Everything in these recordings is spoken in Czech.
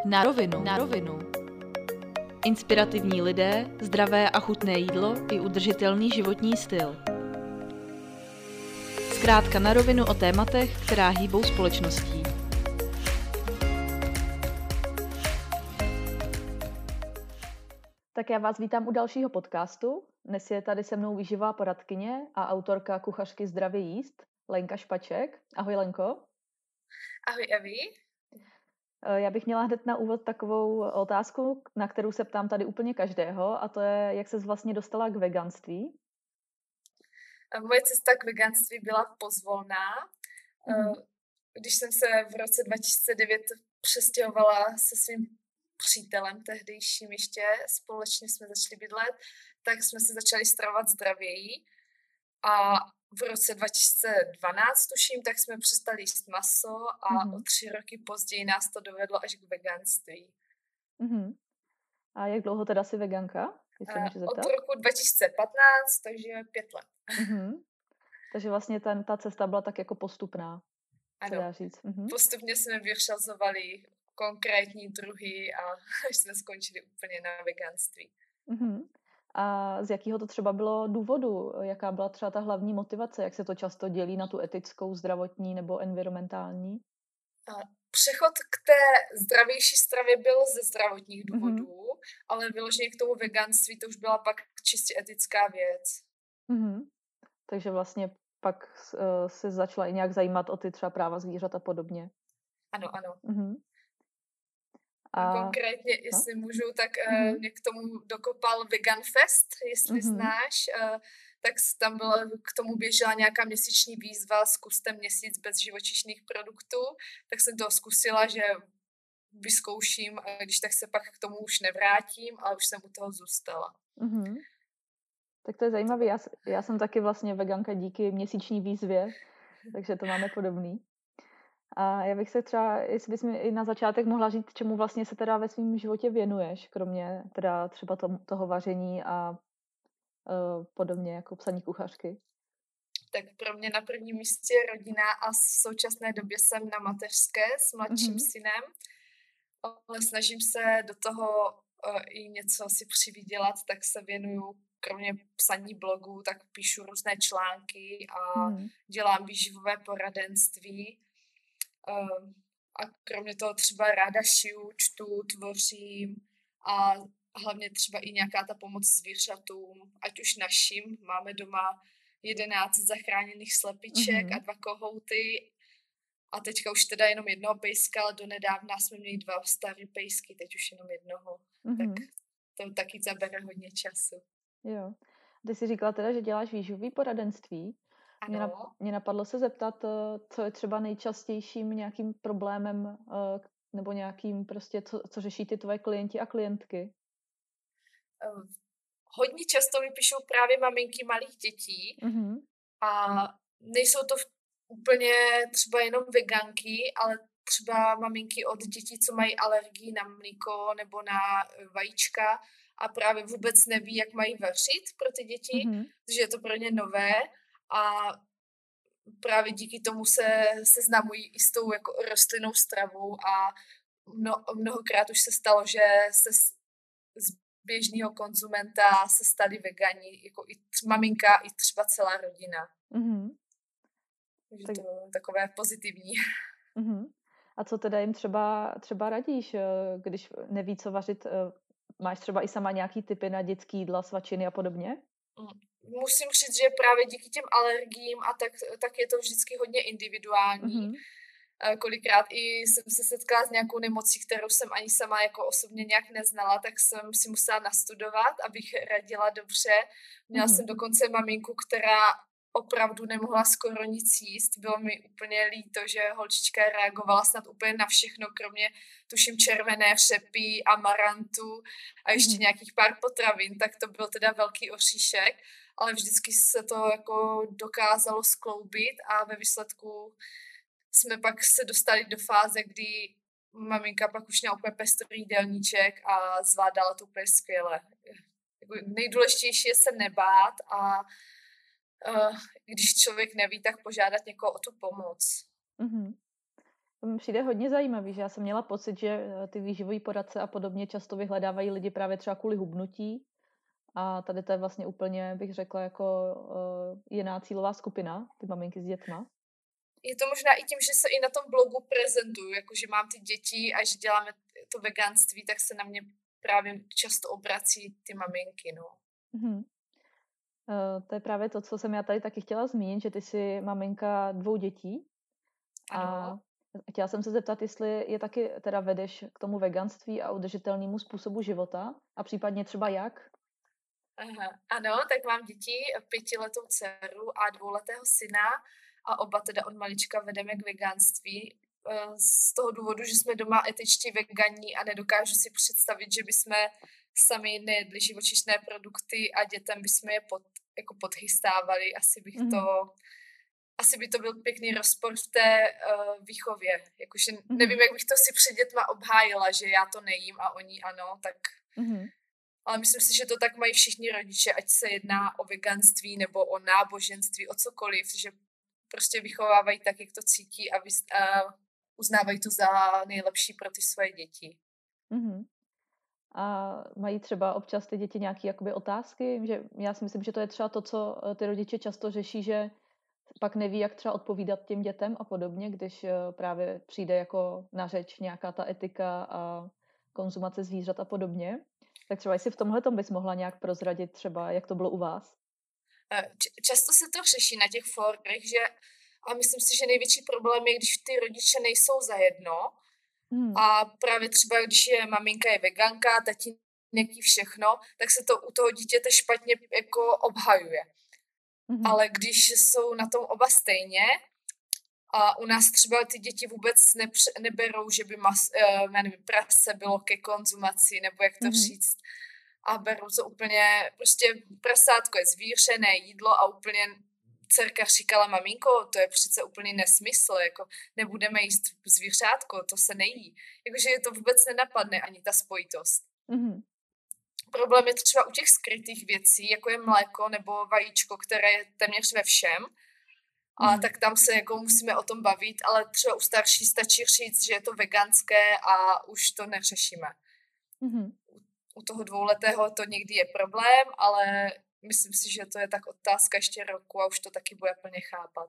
Na rovinu. Inspirativní lidé, zdravé a chutné jídlo i udržitelný životní styl. Zkrátka na rovinu o tématech, která hýbou společností. Tak já vás vítám u dalšího podcastu. Dnes je tady se mnou výživová poradkyně a autorka kuchařky Zdravě jíst, Lenka Špaček. Ahoj Lenko. Ahoj Evi. Já bych měla hned na úvod takovou otázku, na kterou se ptám tady úplně každého, a to je, jak ses vlastně dostala k veganství? Moje cesta k veganství byla pozvolná. Když jsem se v roce 2009 přestěhovala se svým přítelem tehdejším ještě, společně jsme začali bydlet, tak jsme se začali stravovat zdravěji. A v roce 2012, tuším, tak jsme přestali jíst maso a o 3 roky později nás to dovedlo až k veganství. A jak dlouho teda jsi veganka? Od roku 2015, takže 5 let. Takže vlastně ta cesta byla tak jako postupná, se dá říct. Postupně jsme vyřazovali konkrétní druhy a až jsme skončili úplně na veganství. A z jakého to třeba bylo důvodu? Jaká byla třeba ta hlavní motivace? Jak se to často dělí na tu etickou, zdravotní nebo environmentální? Přechod k té zdravější stravě byl ze zdravotních důvodů, ale vyloženě k tomu veganství to už byla pak čistě etická věc. Takže vlastně pak se začala i nějak zajímat o ty třeba práva zvířat a podobně. Ano. Konkrétně, jestli můžu, tak mě k tomu dokopal Vegan Fest, jestli znáš, tak tam k tomu běžela nějaká měsíční výzva, zkuste měsíc bez živočišných produktů, tak jsem to zkusila, že vyzkouším, a když tak se pak k tomu už nevrátím, ale už jsem u toho zůstala. Tak to je zajímavé, já jsem taky vlastně veganka díky měsíční výzvě, takže to máme podobný. A já bych se třeba, jestli bys mi i na začátek mohla říct, čemu vlastně se teda ve svém životě věnuješ, kromě teda třeba toho vaření a podobně jako psaní kuchařky. Tak pro mě na prvním místě je rodina a v současné době jsem na mateřské s mladším synem, ale snažím se do toho i něco si přivydělat, tak se věnuju, kromě psaní blogů, tak píšu různé články a dělám výživové poradenství. A kromě toho třeba ráda šiju, čtu, tvořím a hlavně třeba i nějaká ta pomoc zvířatům, ať už našim. Máme doma 11 zachráněných slepiček a 2 kohouty a teďka už teda jenom jednoho pejska, ale donedávna jsme měli 2 staré pejsky, teď už jenom jednoho. Tak to taky zabere hodně času. Jo. Ty jsi říkala teda, že děláš výživové poradenství. Mě napadlo se zeptat, co je třeba nejčastějším nějakým problémem nebo nějakým prostě, co řeší ty tvoje klienti a klientky? Hodně často mi píšou právě maminky malých dětí a nejsou to úplně třeba jenom veganky, ale třeba maminky od dětí, co mají alergii na mlíko nebo na vajíčka a právě vůbec neví, jak mají vařit pro ty děti, protože je to pro ně nové a právě díky tomu se seznamují i s tou jako rostlinnou stravou a mnohokrát už se stalo, že se z běžného konzumenta se stali vegani, jako i maminka, i třeba celá rodina. Takže to je takové pozitivní. A co teda jim třeba radíš, když neví, co vařit? Máš třeba i sama nějaký tipy na dětský jídla, svačiny a podobně? Musím říct, že právě díky těm alergiím a tak je to vždycky hodně individuální. Kolikrát i jsem se setkala s nějakou nemocí, kterou jsem ani sama jako osobně nějak neznala, tak jsem si musela nastudovat, abych radila dobře. Měla jsem dokonce maminku, která opravdu nemohla skoro nic jíst. Bylo mi úplně líto, že holčička reagovala snad úplně na všechno, kromě tuším červené řepy, amarantu a ještě nějakých pár potravin, tak to byl teda velký oříšek, ale vždycky se to jako dokázalo skloubit a ve výsledku jsme pak se dostali do fáze, kdy maminka pak už měla úplně pestrý jídelníček a zvládala to úplně skvěle. Nejdůležitější je se nebát a když člověk neví, tak požádat někoho o tu pomoc. mi přijde hodně zajímavý, že já jsem měla pocit, že ty výživoví poradce a podobně často vyhledávají lidi právě třeba kvůli hubnutí. A tady to je vlastně úplně, bych řekla, jako jiná cílová skupina, ty maminky s dětma. Je to možná i tím, že se i na tom blogu prezentuju, jakože mám ty děti a že děláme to veganství, tak se na mě právě často obrací ty maminky, no. Mhm. To je právě to, co jsem já tady taky chtěla zmínit, že ty jsi maminka 2 dětí. A Ano. chtěla jsem se zeptat, jestli je taky teda vedeš k tomu veganství a udržitelnému způsobu života a případně třeba jak? Aha. Ano, tak mám děti, 5letou dceru a 2letého syna a oba teda od malička vedeme k veganství. Z toho důvodu, že jsme doma etičtí veganí a nedokážu si představit, že bychom sami nejedli živočišné produkty a dětem bychom je podchystávali. Asi by to byl pěkný rozpor v té výchově. Jakože nevím, jak bych to si před dětma obhájila, že já to nejím a oni ano, tak... Ale myslím si, že to tak mají všichni rodiče, ať se jedná o veganství nebo o náboženství, o cokoliv, že prostě vychovávají tak, jak to cítí a uznávají to za nejlepší pro ty svoje děti. A mají třeba občas ty děti nějaké jakoby otázky? Že já si myslím, že to je třeba to, co ty rodiče často řeší, že pak neví, jak třeba odpovídat těm dětem a podobně, když právě přijde jako na řeč nějaká ta etika a konzumace zvířat a podobně. Tak třeba jestli v tomhletom bys mohla nějak prozradit třeba, jak to bylo u vás? Často se to řeší na těch fórech, a myslím si, že největší problém je, když ty rodiče nejsou zajedno. A právě třeba, když je maminka je veganka, tatínek jí všechno, tak se to u toho dítěte špatně jako obhajuje. Ale když jsou na tom oba stejně, a u nás třeba ty děti vůbec neberou, že by prase bylo ke konzumaci, nebo jak to říct. A berou to úplně, prostě prasátko je zvíře, ne jídlo a úplně dcerka říkala, maminko, to je přece úplný nesmysl, jako nebudeme jíst zvířátko, to se nejí. Jakože to vůbec nenapadne ani ta spojitost. Problém je třeba u těch skrytých věcí, jako je mléko nebo vajíčko, které je téměř ve všem. A tak tam se jako musíme o tom bavit, ale třeba u starší stačí říct, že je to veganské a už to neřešíme. U toho 2letého to někdy je problém, ale myslím si, že to je tak otázka ještě roku a už to taky bude plně chápat.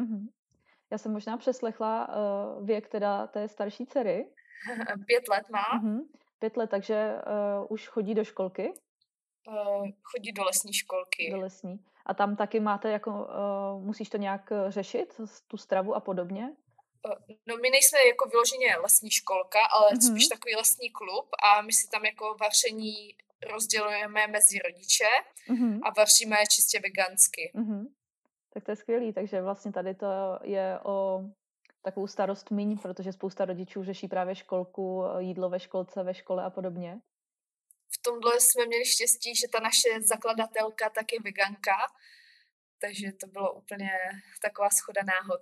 Já jsem možná přeslechla věk teda té starší dcery. 5 let má. 5 let, takže už chodí do školky? Chodí do lesní školky. Do lesní. A tam taky máte, jako musíš to nějak řešit, tu stravu a podobně? No my nejsme jako vyloženě lesní školka, ale spíš takový lesní klub a my si tam jako vaření rozdělujeme mezi rodiče a vaříme čistě vegansky. Tak to je skvělý, takže vlastně tady to je o takovou starost míň, protože spousta rodičů řeší právě školku, jídlo ve školce, ve škole a podobně. V tomhle jsme měli štěstí, že ta naše zakladatelka tak je veganka, takže to bylo úplně taková shoda náhod.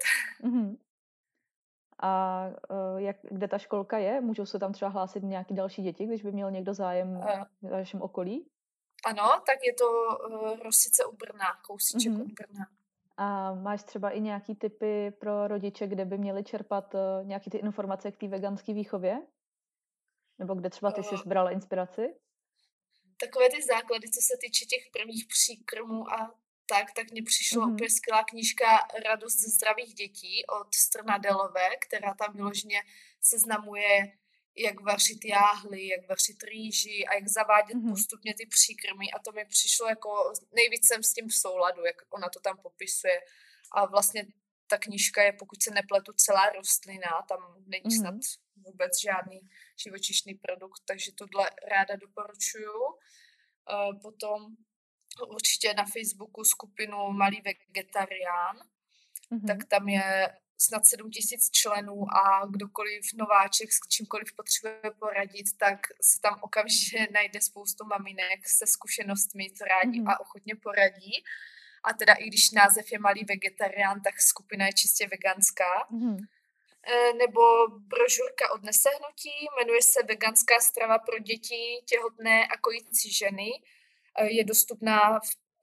A kde ta školka je? Můžou se tam třeba hlásit nějaký další děti, když by měl někdo zájem v vašem okolí? Ano, tak je to Rosice u Brna, kousíček od Brna. A máš třeba i nějaký tipy pro rodiče, kde by měli čerpat nějaký ty informace k té veganské výchově? Nebo kde třeba ty jsi brala inspiraci? Takové ty základy, co se týče těch prvních příkrmů a tak mně přišla úplně skvělá knížka Radost ze zdravých dětí od Strnadelové, která tam vyloženě seznamuje, jak vařit jáhly, jak vařit rýži a jak zavádět postupně ty příkrmy a to mi přišlo jako nejvíc jsem s tím v souladu, jak ona to tam popisuje a vlastně ta knížka je, pokud se nepletu, celá rostlina, tam není snad vůbec žádný živočišný produkt, takže tohle ráda doporučuju. Potom určitě na Facebooku skupinu Malý vegetarián, tak tam je snad 7 000 členů a kdokoliv nováček s čímkoliv potřebuje poradit, tak se tam okamžitě najde spoustu maminek se zkušenostmi, co rádi a ochotně poradí. A teda i když název je Malý vegetarián, tak skupina je čistě veganská. Nebo brožurka od Nesehnutí, jmenuje se Veganská strava pro děti, těhotné a kojící ženy. Je dostupná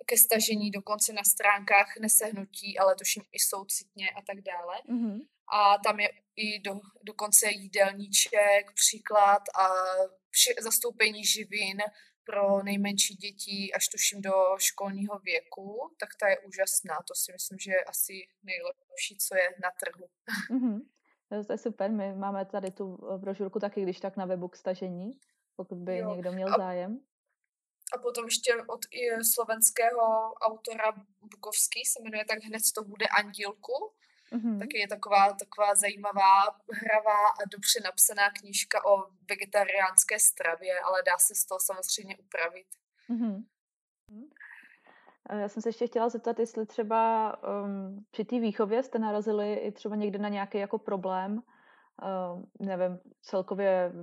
ke stažení dokonce na stránkách Nesehnutí, ale tuším i Soucitně a tak dále. A tam je i dokonce jídelníček, příklad a zastoupení živin pro nejmenší děti až tuším do školního věku, tak ta je úžasná. To si myslím, že je asi nejlepší, co je na trhu. To je super, my máme tady tu brožurku taky, když tak na webu k stažení, pokud by někdo měl zájem. A potom ještě od slovenského autora Bukovský se jmenuje Tak hned to bude Andílku. Taky je taková zajímavá, hravá a dobře napsaná knížka o vegetariánské stravě, ale dá se z toho samozřejmě upravit. Já jsem se ještě chtěla zeptat, jestli třeba při té výchově jste narazili i třeba někde na nějaký jako problém, nevím, celkově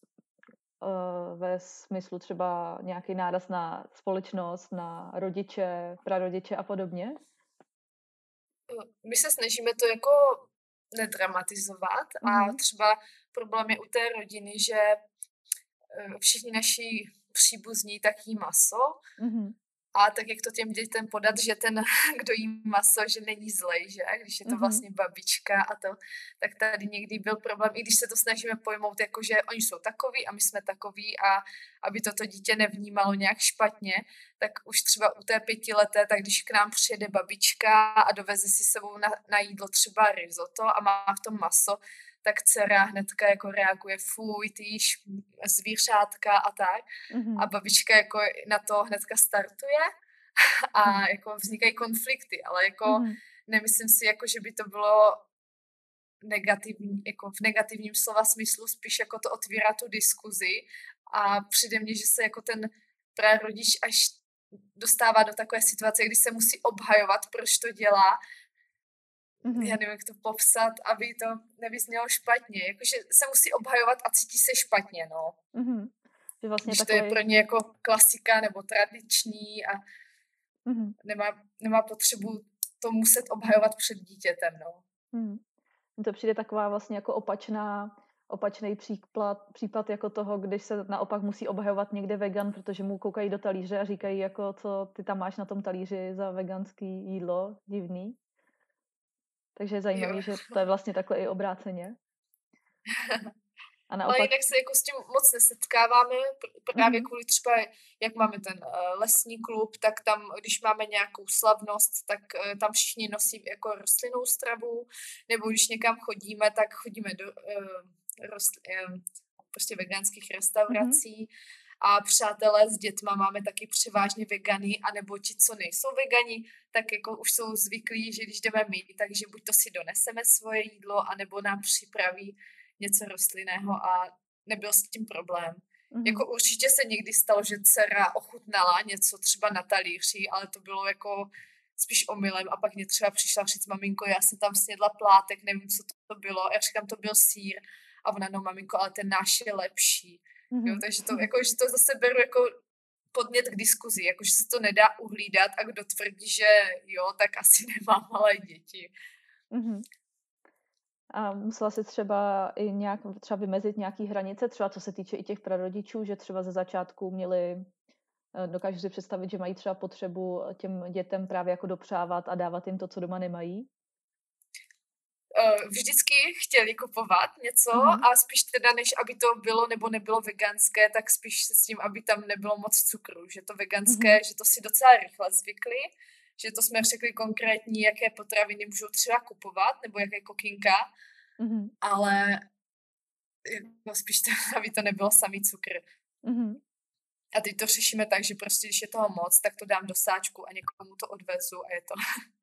ve smyslu třeba nějaký náraz na společnost, na rodiče, prarodiče a podobně? My se snažíme to jako nedramatizovat a třeba problém je u té rodiny, že všichni naši příbuzní tak jí maso a tak jak to těm dětem podat, že ten, kdo jí maso, že není zlej, že? Když je to vlastně babička a to, tak tady někdy byl problém, i když se to snažíme pojmout, jako že oni jsou takoví a my jsme takoví a aby toto dítě nevnímalo nějak špatně, tak už třeba u té 5leté, tak když k nám přijede babička a doveze si sebou na jídlo třeba risotto a má v tom maso, tak dcera hnedka jako reaguje, fuj, ty jíš zvířátka a tak. A babička jako na to hnedka startuje a jako vznikají konflikty, ale jako nemyslím si, jako, že by to bylo negativní, jako v negativním slova smyslu, spíš jako to otvírá tu diskuzi a přijde mně, že se jako ten prarodič až dostává do takové situace, kdy se musí obhajovat, proč to dělá. Já nevím, jak to popsat, aby to nevyznělo špatně. Jakože se musí obhajovat a cítí se špatně, no. Že vlastně když takový... to je pro ně jako klasika nebo tradiční a nemá potřebu to muset obhajovat před dítětem, no. To přijde taková vlastně jako opačný případ jako toho, když se naopak musí obhajovat někde vegan, protože mu koukají do talíře a říkají, jako co ty tam máš na tom talíři za veganský jídlo, divný. Takže je zajímavé, že to je vlastně takhle i obráceně. A naopak... Ale jinak se jako s tím moc nesetkáváme, právě kvůli třeba, jak máme ten lesní klub, tak tam, když máme nějakou slavnost, tak tam všichni nosí jako rostlinnou stravu, nebo když někam chodíme, tak chodíme do prostě veganských restaurací. A přátelé s dětma máme taky převážně vegany, anebo ti, co nejsou vegani, tak jako už jsou zvyklí, že když jdeme my, takže buď to si doneseme svoje jídlo, anebo nám připraví něco rostlinného a nebyl s tím problém. Jako určitě se někdy stalo, že dcera ochutnala něco třeba na talíři, ale to bylo jako spíš omylem a pak mě třeba přišla říct, maminko, já jsem tam snědla plátek, nevím, co to bylo. Já říkám, to byl sýr a ona, no maminko, ale ten náš je lepší. Jo, takže to, jako, že to zase beru jako podnět k diskuzi, jako, že se to nedá uhlídat a kdo tvrdí, že jo, tak asi nemá malé děti. A musela si třeba i nějak třeba vymezit nějaký hranice, třeba co se týče i těch prarodičů, že třeba ze začátku dokážu si představit, že mají třeba potřebu těm dětem právě jako dopřávat a dávat jim to, co doma nemají? Vždycky chtěli kupovat něco a spíš teda, než aby to bylo nebo nebylo veganské, tak spíš s tím, aby tam nebylo moc cukru, že to veganské, že to si docela rychle zvykli, že to jsme řekli konkrétní, jaké potraviny můžou třeba kupovat, nebo jaké kokinka, ale no, spíš to, aby to nebylo samý cukr. A teď to řešíme tak, že prostě, když je toho moc, tak to dám do sáčku a někomu to odvezu a je to.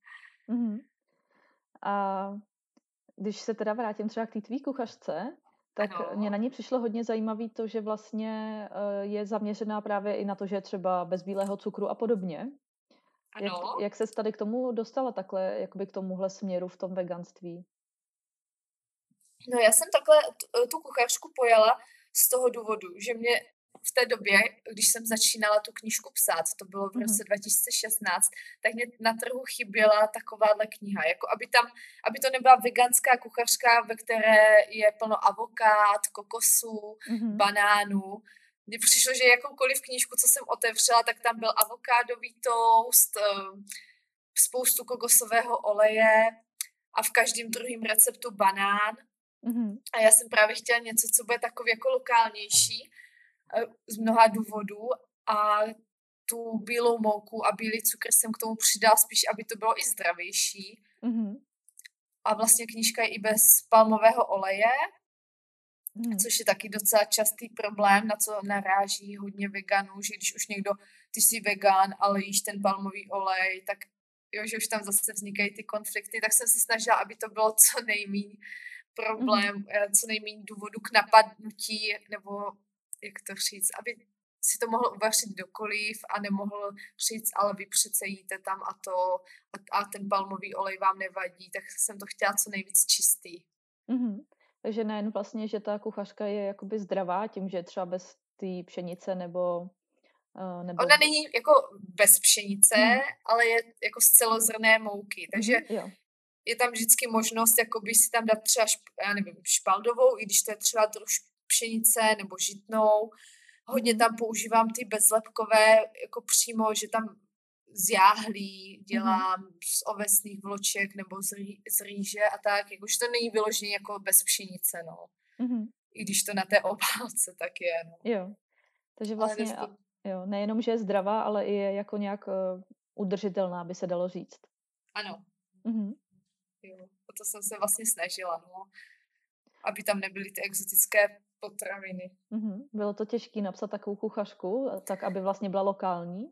A když se teda vrátím třeba k té tvý kuchařce, tak mě na ní přišlo hodně zajímavý to, že vlastně je zaměřená právě i na to, že je třeba bez bílého cukru a podobně. Jak ses tady k tomu dostala takhle, jakoby k tomuhle směru v tom veganství? No já jsem takhle tu kuchařku pojala z toho důvodu, že mě v té době, když jsem začínala tu knížku psát, to bylo v roce 2016, tak mě na trhu chyběla takováhle kniha, jako aby to nebyla veganská kuchařka, ve které je plno avokád, kokosů, banánů, mně přišlo, že jakoukoliv knížku, co jsem otevřela, tak tam byl avokádový toast, spoustu kokosového oleje a v každém druhém receptu banán. A já jsem právě chtěla něco, co bude takový jako lokálnější z mnoha důvodů a tu bílou mouku a bílý cukr jsem k tomu přidala spíš, aby to bylo i zdravější. A vlastně knížka je i bez palmového oleje, což je taky docela častý problém, na co naráží hodně veganů, že když už někdo, ty jsi vegan, ale jíš ten palmový olej, tak jo, že už tam zase vznikají ty konflikty, tak jsem se snažila, aby to bylo co nejméně problém, co nejméně důvodu k napadnutí, nebo jak to říct, aby si to mohl uvařit kdokoliv a nemohl říct, ale vy přece jíte tam a ten palmový olej vám nevadí, tak jsem to chtěla co nejvíc čistý. Takže nejen vlastně, že ta kuchařka je jakoby zdravá tím, že třeba bez té pšenice nebo... Ona není jako bez pšenice, ale je jako z celozrnné mouky, takže je tam vždycky možnost jakoby si tam dát třeba špaldovou, i když to je třeba druh pšenice nebo žitnou. Hodně tam používám ty bezlepkové, jako přímo, že tam z jáhlí dělám, z ovesných vloček nebo z rýže a tak, jakože to není vyloženě jako bez pšenice, no. I když to na té obálce tak je, no. Jo, takže vlastně nejenom, že je zdravá, ale i je jako nějak udržitelná, by se dalo říct. Ano. Jo, o to jsem se vlastně snažila, no. Aby tam nebyly ty exotické potraviny. Bylo to těžké napsat takovou kuchařku, tak aby vlastně byla lokální?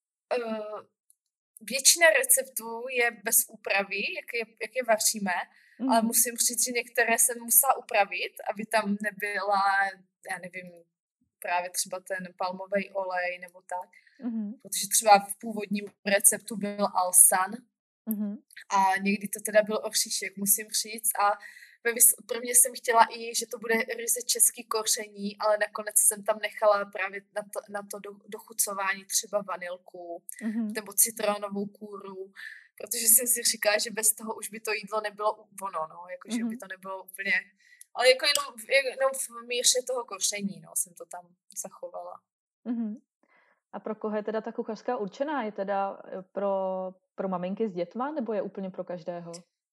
Většina receptů je bez úpravy, jak je vaříme, ale musím říct, že některé jsem musela upravit, aby tam nebyla, já nevím, právě třeba ten palmový olej nebo tak. Protože třeba v původním receptu byl alsan a někdy to teda byl oříšek, musím říct. A prvně jsem chtěla i, že to bude ryze český koření, ale nakonec jsem tam nechala právě na to dochucování třeba vanilku nebo citronovou kůru, protože jsem si říkala, že bez toho už by to jídlo nebylo ono, no, jakože by to nebylo úplně, ale jako jenom v míře toho koření, no, jsem to tam zachovala. A pro koho je teda ta kuchařka určená? Je teda pro maminky s dětma, nebo je úplně pro každého?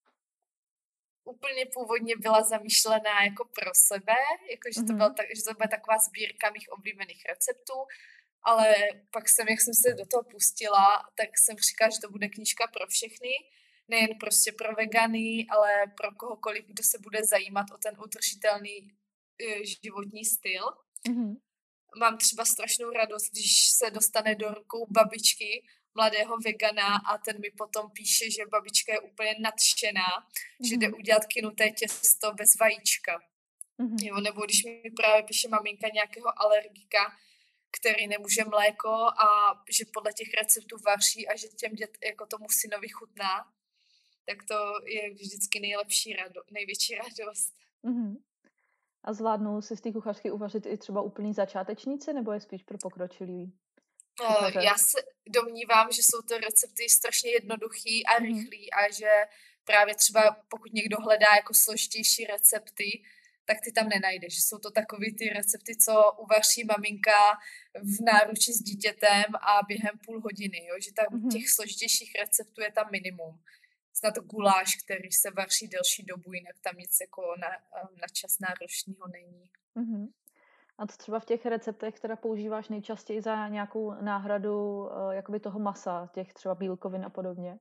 Úplně původně byla zamýšlená jako pro sebe, jakože že to bude taková sbírka mých oblíbených receptů, ale pak jak jsem se do toho pustila, tak jsem říkala, že to bude knížka pro všechny, nejen prostě pro vegany, ale pro kohokoliv, kdo se bude zajímat o ten udržitelný životní styl. Mám třeba strašnou radost, když se dostane do rukou babičky, mladého vegana a ten mi potom píše, že babička je úplně nadšená, že jde udělat kynuté těsto bez vajíčka. Jo, nebo když mi právě píše maminka nějakého alergika, který nemůže mléko a že podle těch receptů vaří a že jako tomu synovi chutná, tak to je vždycky největší radost. A zvládnou si z té kuchařky uvařit i třeba úplný začátečníci, nebo je spíš pro pokročilý? Já se domnívám, že jsou to recepty strašně jednoduchý a rychlý a že právě třeba pokud někdo hledá jako složitější recepty, tak ty tam nenajdeš. Jsou to takový ty recepty, co uvaří maminka v náruči s dítětem a během půl hodiny, jo? Že tam těch složitějších receptů je tam minimum. Snad guláš, který se vaří delší dobu, jinak tam nic jako na čas náročného není. A to třeba v těch receptech, která používáš nejčastěji za nějakou náhradu jakoby toho masa, těch třeba bílkovin a podobně?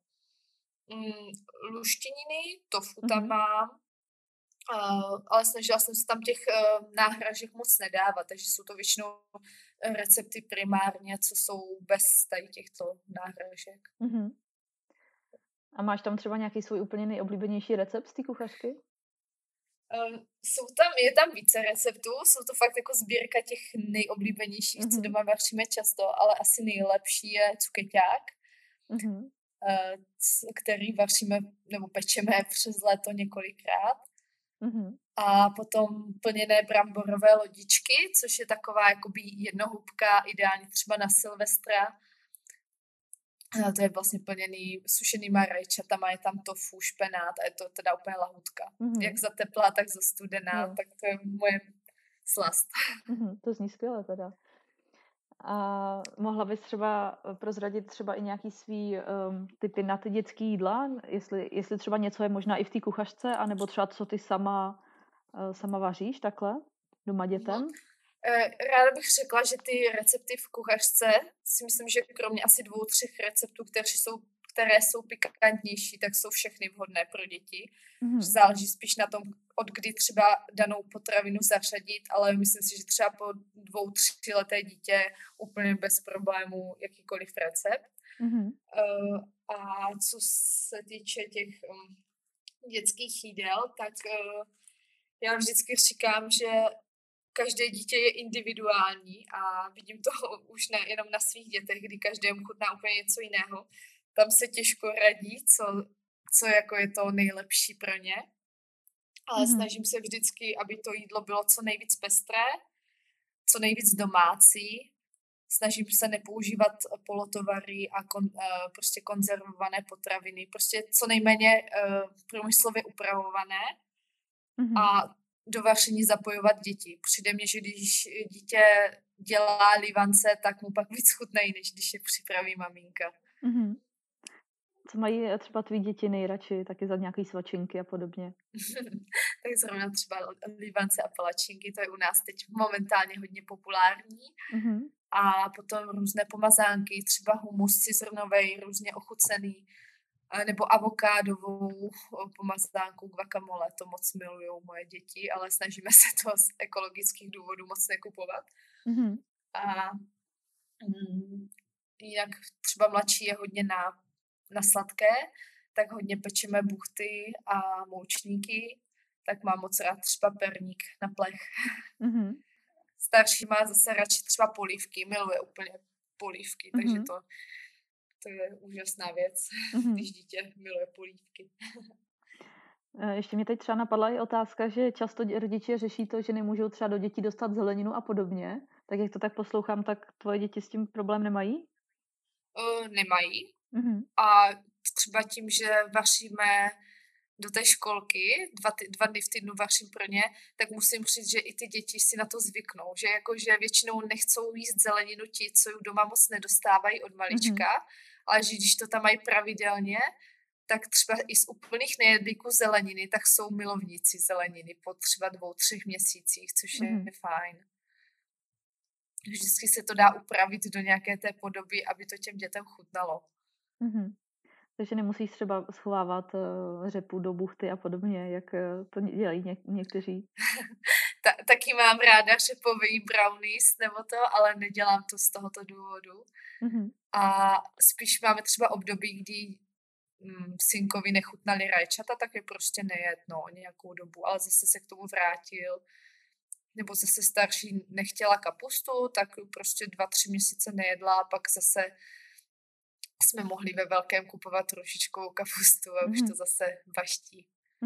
Luštěniny, tofu tam mám, ale snažila jsem se tam těch náhražek moc nedávat, takže jsou to většinou recepty primárně, co jsou bez tady těchto náhražek. A máš tam třeba nějaký svůj úplně nejoblíbenější recept z té kuchařky? Je tam více receptů, jsou to fakt jako sbírka těch nejoblíbenějších, co doma vaříme často, ale asi nejlepší je cukeťák, který vaříme nebo pečeme přes léto několikrát. A potom plněné bramborové lodičky, což je taková jakoby jednohubka, ideálně třeba na Silvestra. A to je vlastně plněný sušenýma rajčatama, je tam tofu, špenát a je to teda úplně lahutka. Jak za teplá, tak za studená, tak to je moje slast. To zní skvěle teda. A mohla bys třeba prozradit třeba i nějaký svý typy na ty dětský jídla, jestli třeba něco je možná i v té kuchařce, anebo třeba co ty sama vaříš takhle doma dětem? Ráda bych řekla, že ty recepty v kuchařce si myslím, že kromě asi 2-3 receptů, které jsou pikantnější, tak jsou všechny vhodné pro děti. Záleží spíš na tom, od kdy třeba danou potravinu zařadit, ale myslím si, že třeba po 2-3 leté dítě úplně bez problémů jakýkoliv recept. A co se týče těch dětských jídel, tak já vždycky říkám, že každé dítě je individuální a vidím to už jenom na svých dětech, kdy každému chutná úplně něco jiného. Tam se těžko radí, co jako je to nejlepší pro ně. Ale snažím se vždycky, aby to jídlo bylo co nejvíc pestré, co nejvíc domácí. Snažím se nepoužívat polotovary a prostě konzervované potraviny. Prostě co nejméně průmyslově upravované a do vaření zapojovat děti. Přijde mně, že když dítě dělá livance, tak mu pak víc chutnají, než když je připraví maminka. Co mají třeba tvý děti nejradši, taky za nějaký svačinky a podobně? Tak zrovna třeba livance a palačinky, to je u nás teď momentálně hodně populární. A potom různé pomazánky, třeba humus citronovej, různě ochucený, nebo avokádovou pomazánku, guacamole, to moc milujou moje děti, ale snažíme se to z ekologických důvodů moc nekupovat. A jinak třeba mladší je hodně na sladké, tak hodně pečeme buchty a moučníky, tak mám moc rád třeba perník na plech. Starší má zase radši třeba polívky, miluje úplně polívky, takže to je úžasná věc, když dítě miluje polívky. Ještě mě teď třeba napadla i otázka, že často rodiče řeší to, že nemůžou třeba do dětí dostat zeleninu a podobně. Tak jak to tak poslouchám, tak tvoje děti s tím problém nemají? Nemají. A třeba tím, že vaříme do té školky, 2 dny v týdnu vařím pro ně, tak musím říct, že i ty děti si na to zvyknou. Že jakože většinou nechcou jíst zeleninu ti, co ji doma moc nedostávají od malička, ale že když to tam mají pravidelně, tak třeba i z úplných nejedlíků zeleniny, tak jsou milovníci zeleniny po třeba 2-3 měsících, což je fajn. Vždycky se to dá upravit do nějaké té podoby, aby to těm dětem chutnalo. Takže nemusíš třeba schovávat řepu do buchty a podobně, jak to dělají někteří. Taky mám ráda řepový brownies nebo to, ale nedělám to z tohoto důvodu. A spíš máme třeba období, kdy synkovi nechutnali rajčata, tak je prostě nejedno nějakou dobu, ale zase se k tomu vrátil. Nebo zase starší nechtěla kapustu, tak prostě 2-3 měsíce nejedla a pak zase jsme mohli ve velkém kupovat rušičkovou kapustu a už to zase baští.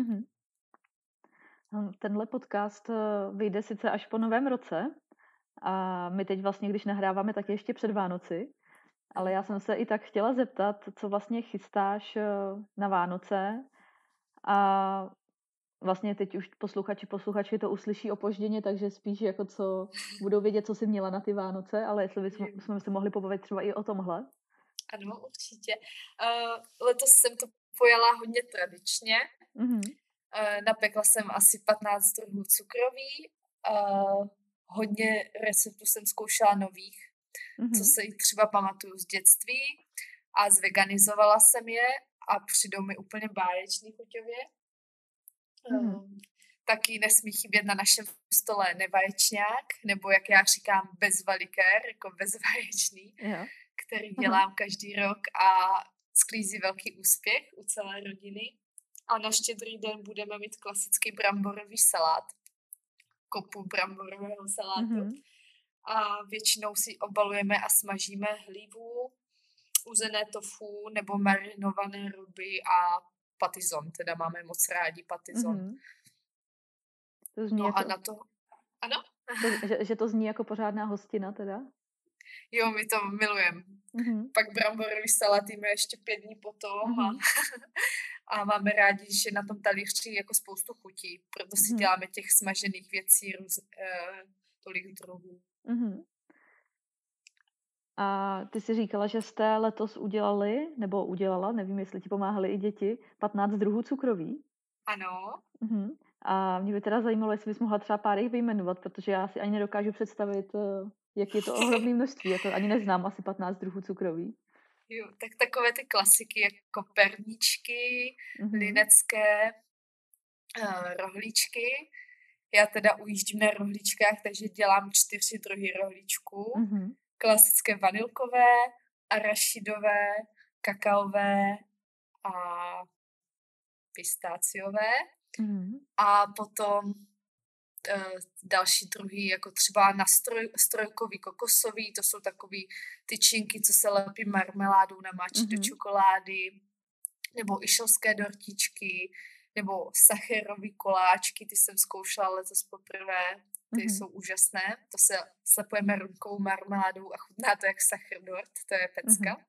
Tenhle podcast vyjde sice až po Novém roce a my teď vlastně, když nahráváme, tak ještě před Vánoci, ale já jsem se i tak chtěla zeptat, co vlastně chystáš na Vánoce a vlastně teď už posluchači to uslyší opožděně, takže spíš jako co budou vědět, co jsi měla na ty Vánoce, ale jestli bychom si mohli popovědět třeba i o tomhle. Ano, určitě. Letos jsem to pojala hodně tradičně. Napekla jsem asi 15 druhů cukroví. Hodně receptů jsem zkoušela nových, co se jich třeba pamatuju z dětství. A zveganizovala jsem je a přijdou mi úplně báječný chuťově. Taky nesmí chybět na našem stole nevaječňák, nebo jak já říkám bezvalikér, jako bezvaječný, který dělám každý rok a sklízí velký úspěch u celé rodiny. A na Štědrý den budeme mít klasický bramborový salát, kopu bramborového salátu. A většinou si obalujeme a smažíme hlívu, uzené tofu nebo marinované ryby a patizon, teda máme moc rádi patizon. To zní no jako... a na to... Ano? Že to zní jako pořádná hostina teda? Jo, my to milujeme. Pak bramborový salát jíme ještě 5 dní potom a máme rádi, že na tom talíři jako spoustu chutí, proto si děláme těch smažených věcí tolik druhů. A ty jsi říkala, že jste letos udělala, nevím, jestli ti pomáhali i děti, 15 druhů cukroví. Ano. A mě by teda zajímalo, jestli bys mohla třeba pár jich vyjmenovat, protože já si ani nedokážu představit, jak je to ohromné množství. Já to ani neznám, asi 15 druhů cukroví. Jo, tak takové ty klasiky jako perničky, linecké, rohlíčky. Já teda ujíždím na rohlíčkách, takže dělám 4 druhy rohlíčků. Klasické vanilkové, arašidové, kakaové a pistáciové. A potom další druhy, jako třeba strojkový kokosový, to jsou takový tyčinky, co se lepí marmeládou, namáčí do čokolády, nebo išovské dortičky, nebo sacharový koláčky, ty jsem zkoušela letos poprvé, ty jsou úžasné, to se slepuje merunkovou marmeládou a chutná to jak sachar dort, to je pecka.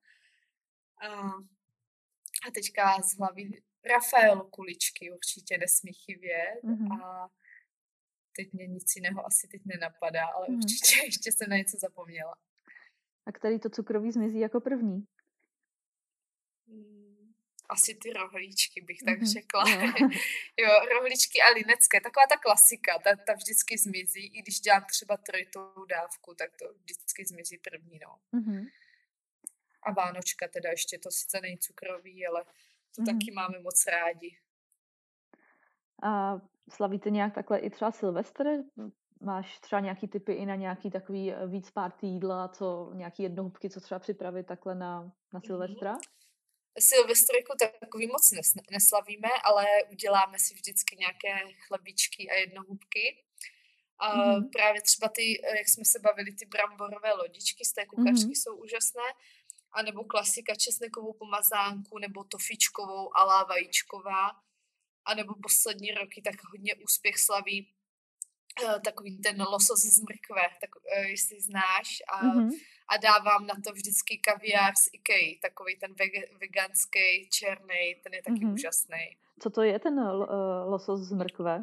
A teďka z hlavy Rafaelo kuličky, určitě nesmí chybět. A teď mě nic jiného asi teď nenapadá, ale určitě ještě jsem na něco zapomněla. A který to cukroví zmizí jako první? Asi ty rohlíčky bych tak řekla. Jo, rohlíčky a linecké, taková ta klasika, ta vždycky zmizí, i když dělám třeba trojitou dávku, tak to vždycky zmizí první, no. A vánočka teda ještě, to sice není cukrový, ale to taky máme moc rádi. A slavíte nějak takhle i třeba Silvestr? Máš třeba nějaký tipy i na nějaký takový víc party jídla, co nějaký jednohubky, co třeba připravit takhle na Silvestra? Silvestr jako takový moc neslavíme, ale uděláme si vždycky nějaké chlebíčky a jednohubky. Právě třeba ty, jak jsme se bavili, ty bramborové lodičky z té kuchařky jsou úžasné. A nebo klasika česnekovou pomazánku, nebo tofičkovou a la vajíčková. A nebo poslední roky tak hodně úspěch slaví takový ten losos z mrkve, tak jestli znáš. A dávám na to vždycky kaviár z Ikei, takový ten veganský, černý, ten je taky úžasný. Co to je ten losos z mrkve?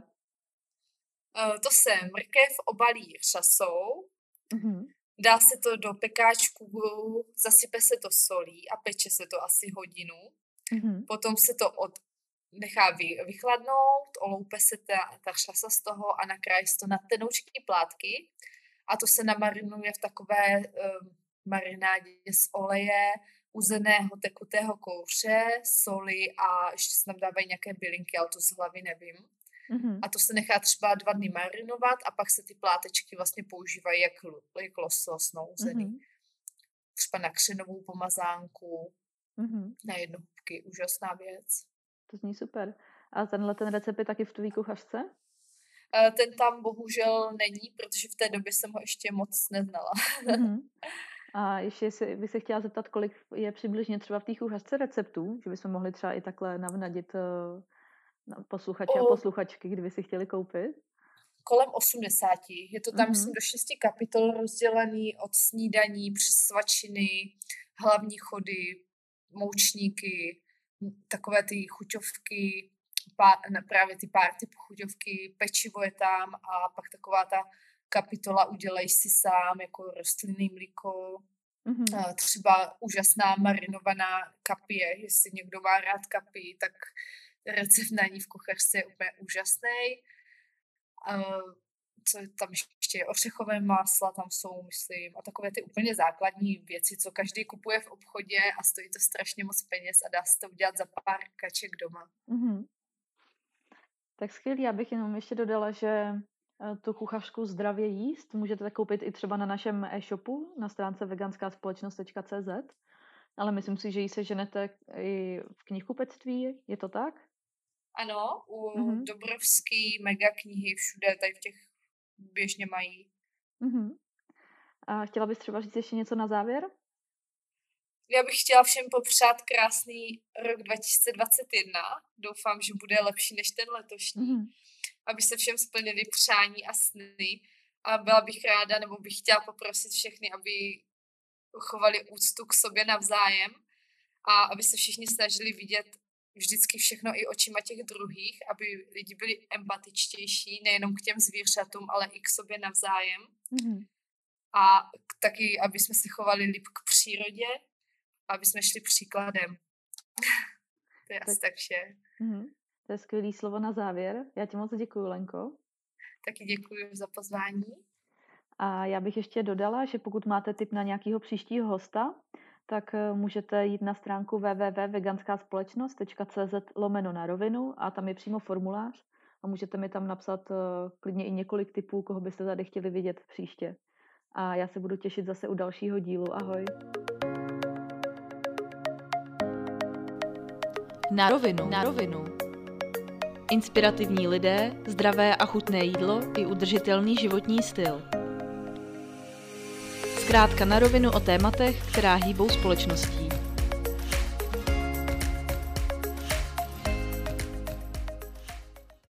To se mrkev obalí řasou, dá se to do pekáčku, zasype se to solí a peče se to asi hodinu. Potom se to nechá vychladnout, oloupe se ta řasa z toho a nakrájí se to na tenoučky plátky. A to se namarinuje v takové marinádě z oleje, uzeného tekutého kouře, soli a ještě se tam dávají nějaké bylinky, ale to z hlavy nevím. A to se nechá třeba 2 dny marinovat a pak se ty plátečky vlastně používají jak losos nouzený. Třeba na křenovou pomazánku, na jednohubky. Úžasná věc. To zní super. A ten recept je taky v tvý kuchařce? Ten tam bohužel není, protože v té době jsem ho ještě moc neznala. A ještě bych se chtěla zeptat, kolik je přibližně třeba v té kuchařce receptů, že bychom mohli třeba i takhle navnadit posluchače a posluchačky, kdyby si chtěli koupit? Kolem 80. Je to tam, myslím, do 6 kapitol rozdělený od snídaní přes svačiny, hlavní chody, moučníky, takové ty chuťovky, právě ty party chuťovky, pečivo je tam a pak taková ta kapitola udělej si sám, jako rostlinný mlíko, třeba úžasná marinovaná kapie, jestli někdo má rád kapii, tak recept na ní v kuchařce je úplně úžasný. Co tam ještě, ořechové másla tam jsou, myslím, a takové ty úplně základní věci, co každý kupuje v obchodě a stojí to strašně moc peněz a dá se to udělat za pár kaček doma. Tak skvělý, já bych jenom ještě dodala, že tu kuchařku Zdravě jíst můžete koupit i třeba na našem e-shopu na stránce veganskaspolečnost.cz, ale myslím si, že ji seženete i v knihkupectví, je to tak? Ano, u Dobrovský, Mega knihy, všude tady v těch běžně mají. A chtěla bys třeba říct ještě něco na závěr? Já bych chtěla všem popřát krásný rok 2021. Doufám, že bude lepší než ten letošní. Aby se všem splnili přání a sny. A byla bych ráda, nebo bych chtěla poprosit všechny, aby chovali úctu k sobě navzájem a aby se všichni snažili vidět vždycky všechno i očima těch druhých, aby lidi byli empatičtější, nejenom k těm zvířatům, ale i k sobě navzájem. a taky, aby jsme se chovali líp k přírodě, aby jsme šli příkladem. To je asi tak vše. To je skvělý slovo na závěr. Já ti moc děkuju, Lenko. Taky děkuji za pozvání. A já bych ještě dodala, že pokud máte tip na nějakého příštího hosta, tak můžete jít na stránku www.veganskaspolečnost.cz/na rovinu a tam je přímo formulář a můžete mi tam napsat klidně i několik tipů, koho byste tady chtěli vidět příště. A já se budu těšit zase u dalšího dílu. Ahoj. Na rovinu. Inspirativní lidé, zdravé a chutné jídlo i udržitelný životní styl. Zkrátka na rovinu o tématech, která hýbou společností.